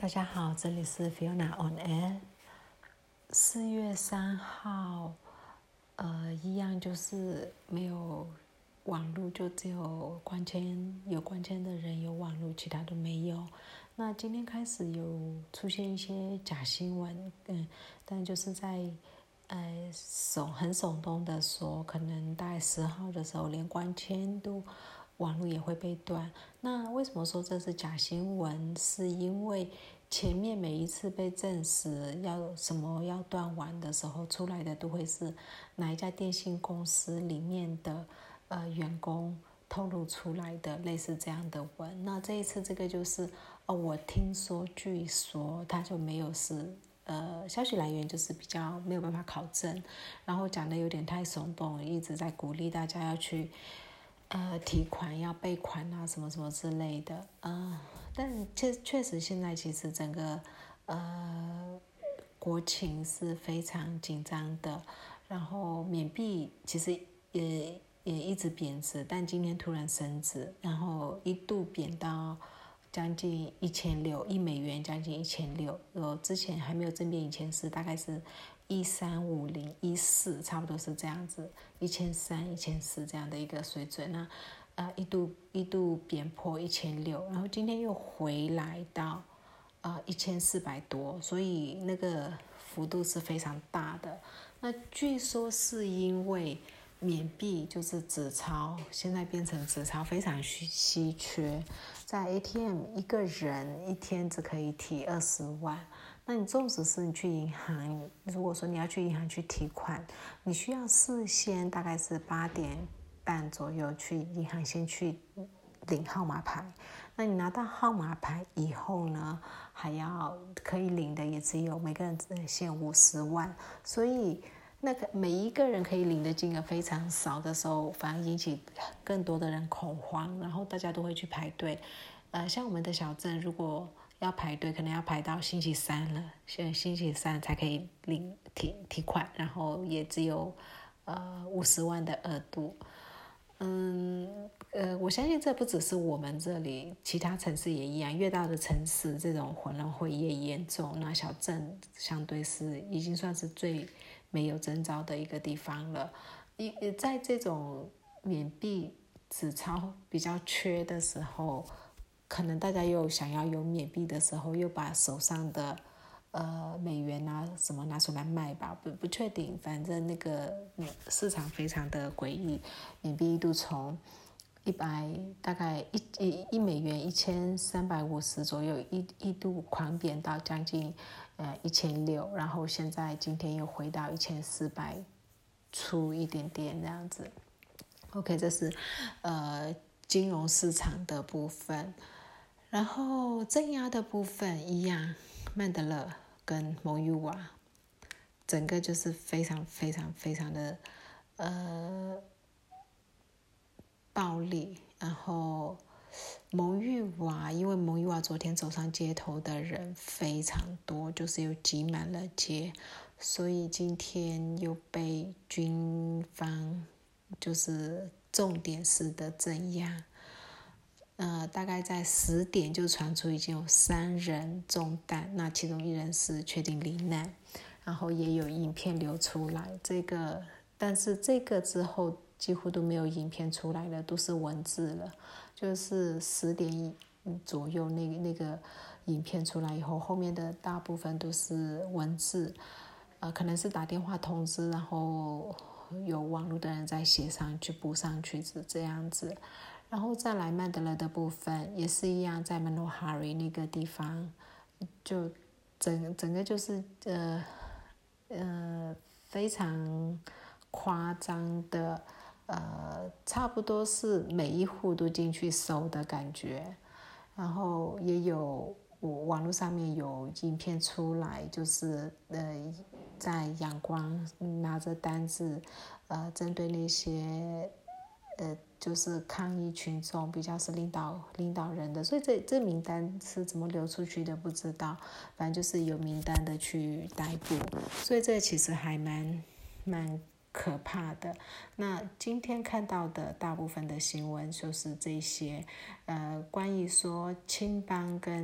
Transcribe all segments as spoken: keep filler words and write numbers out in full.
大家好，这里是 Fiona on Air。四月三号，呃，一样就是没有网络，就只有关签有关签的人有网络，其他都没有。那今天开始有出现一些假新闻，嗯，但就是在呃耸很耸动的说，可能大概十号的时候，连关签都网络也会被断。那为什么说这是假新闻？是因为前面每一次被证实要什么要断网的时候，出来的都会是哪一家电信公司里面的呃员工透露出来的类似这样的文。那这一次这个就是哦，我听说据说他就没有是呃消息来源就是比较没有办法考证，然后讲的有点太耸动，一直在鼓励大家要去呃提款要备款啊什么什么之类的，呃但确确实现在其实整个呃国情是非常紧张的，然后缅币其实也也一直贬值，但今天突然升值，然后一度贬到将近一千六，一美元将近一千六。我之前还没有政变以前是大概是一三五零一四，差不多是这样子，一千三、一千四这样的一个水准。那呃一度一度贬破一千六，然后今天又回来到呃一千四百多，所以那个幅度是非常大的。那据说是因为缅币就是纸钞，现在变成纸钞非常稀缺，在 A T M 一个人一天只可以提二十万。那你纵使是你去银行，如果说你要去银行去提款，你需要事先大概是八点半左右去银行先去领号码牌。那你拿到号码牌以后呢，还要可以领的也只有每个人只能限五十万，所以那个每一个人可以领的金额非常少的时候，反而引起更多的人恐慌，然后大家都会去排队。呃，像我们的小镇，如果要排队，可能要排到星期三了，现在星期三才可以领提提款，然后也只有呃五十万的额度。嗯，呃，我相信这不只是我们这里，其他城市也一样。越大的城市，这种混乱会越严重。那小镇相对是已经算是最没有征兆的一个地方了。一在这种缅币纸钞比较缺的时候，可能大家又想要有缅币的时候，又把手上的呃美元啊什么拿出来卖吧，不不确定，反正那个市场非常的诡异，缅币一度从一百大概一一一美元一千三百五十左右，一一度狂贬到将近呃一千六，然后现在今天又回到一千四百出一点点这样子。OK， 这是呃金融市场的部分。然后镇压的部分一样，曼德勒跟蒙语瓦，整个就是非常非常非常的呃暴力。然后蒙语瓦，因为蒙语瓦昨天走上街头的人非常多，就是又挤满了街，所以今天又被军方就是重点式的镇压。呃，大概在十点就传出已经有三人中弹，那其中一人是确定罹难，然后也有影片流出来。这个，但是这个之后几乎都没有影片出来了，都是文字了。就是十点左右那个那个影片出来以后，后面的大部分都是文字，呃，可能是打电话通知，然后有网络的人再写上去补上去是这样子。然后再来曼德勒的部分也是一样，在 Manohari 那个地方，就整整个就是呃呃非常夸张的，呃差不多是每一户都进去搜的感觉。然后也有我网络上面有影片出来，就是呃在阳光拿着单子，呃针对那些呃就是抗议群众比较是领导领导人的，所以这这名单是怎么流出去的不知道，反正就是有名单的去逮捕，所以这其实还蛮蛮可怕的。那今天看到的大部分的新闻就是这些，呃，关于说青邦跟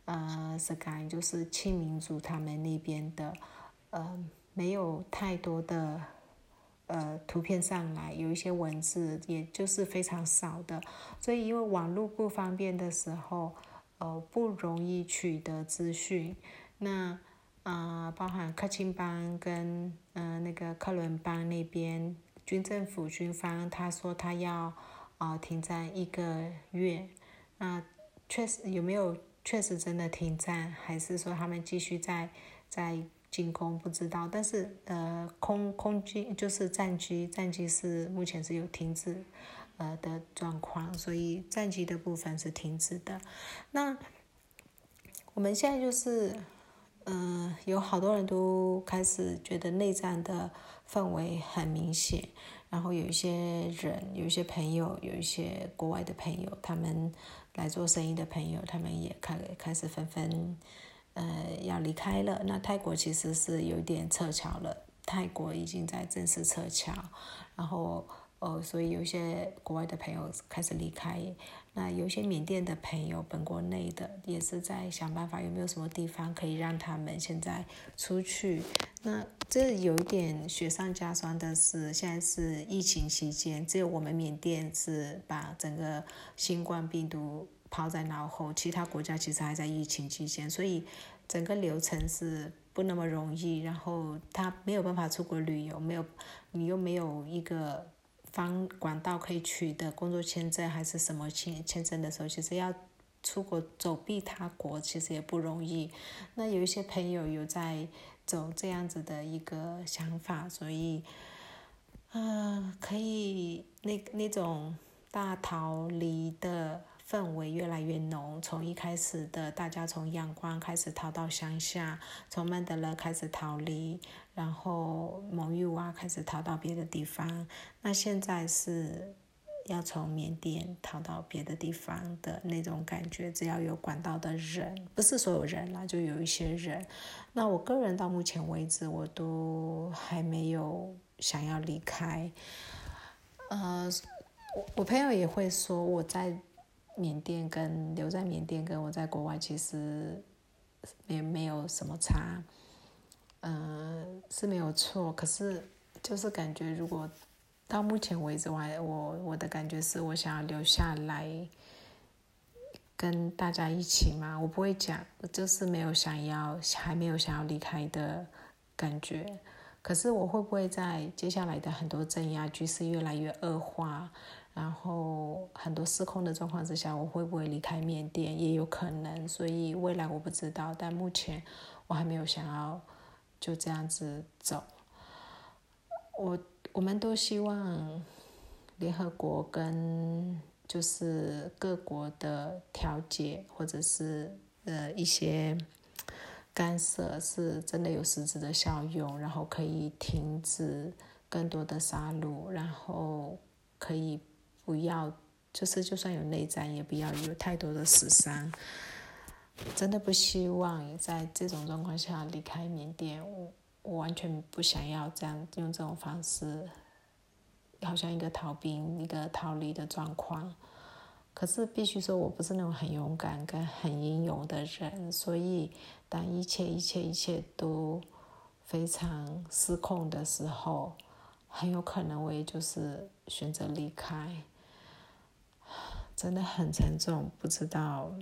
呃，是讲就是清民族他们那边的，呃，没有太多的呃图片上来，有一些文字，也就是非常少的，所以因为网络不方便的时候，呃，不容易取得资讯。那啊、呃，包含克钦邦跟呃那个克伦邦那边军政府军方，他说他要啊、呃、停战一个月，那、呃、确实有没有确实真的停战，还是说他们继续在在进攻不知道，但是呃空空军就是战机战机是目前是有停止呃的状况，所以战机的部分是停止的。那我们现在就是嗯、呃，有好多人都开始觉得内战的氛围很明显，然后有一些人，有一些朋友，有一些国外的朋友，他们来做生意的朋友，他们也开开始纷纷呃要离开了。那泰国其实是有点撤侨了，泰国已经在正式撤侨，然后哦，所以有一些国外的朋友开始离开，那有一些缅甸的朋友，本国内的也是在想办法，有没有什么地方可以让他们现在出去。那这有一点雪上加霜的是，现在是疫情期间，只有我们缅甸是把整个新冠病毒抛在脑后，其他国家其实还在疫情期间，所以整个流程是不那么容易，然后他没有办法出国旅游，没有你又没有一个方管道可以取得工作签证还是什么签签证的时候，其实要出国走避他国其实也不容易。那有一些朋友有在走这样子的一个想法，所以呃可以那那种大逃离的氛围越来越浓，从一开始的大家从阳光开始逃到乡下，从曼德勒开始逃离，然后蒙育娃开始逃到别的地方，那现在是要从缅甸逃到别的地方的那种感觉，只要有管道的人，不是所有人啦，就有一些人。那我个人到目前为止，我都还没有想要离开。呃，我我朋友也会说我在缅甸跟留在缅甸跟我在国外其实也没有什么差，嗯、呃，是没有错。可是就是感觉如果到目前为止我还我我的感觉是我想要留下来跟大家一起嘛，我不会讲，就是没有想要还没有想要离开的感觉。可是我会不会在接下来的很多镇压局势越来越恶化，然后很多失控的状况之下，我会不会离开缅甸也有可能，所以未来我不知道，但目前我还没有想要就这样子走。我我们都希望联合国跟就是各国的调解或者是呃一些干涉是真的有实质的效用，然后可以停止更多的杀戮，然后可以不要就是就算有内战也不要有太多的死伤。真的不希望在这种状况下离开缅甸，我我完全不想要这样用这种方式，好像一个逃兵一个逃离的状况。可是必须说我不是那种很勇敢跟很英勇的人，所以当一切一切一切都非常失控的时候，很有可能我也就是选择离开。真的很沉重，不知道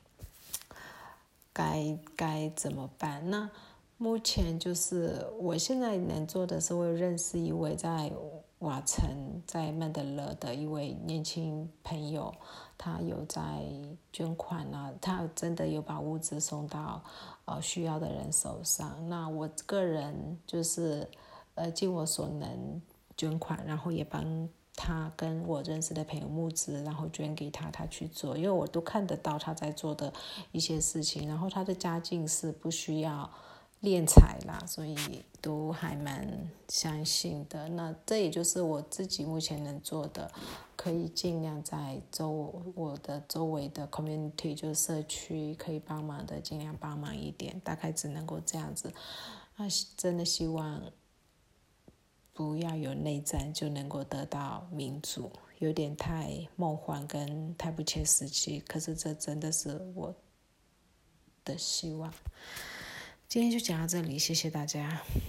该该怎么办。那目前就是我现在能做的是，我有认识一位在瓦城在曼德勒的一位年轻朋友，他有在捐款啊，他真的有把物资送到呃需要的人手上。那我个人就是呃尽我所能捐款，然后也帮他跟我认识的朋友募资，然后捐给他，他去做，因为我都看得到他在做的一些事情，然后他的家境是不需要敛财啦，所以都还蛮相信的。那这也就是我自己目前能做的，可以尽量在周我的周围的 community 就是社区可以帮忙的尽量帮忙一点，大概只能够这样子。那真的希望不要有内战就能够得到民主，有点太梦幻跟太不切实际，可是这真的是我的希望。今天就讲到这里，谢谢大家。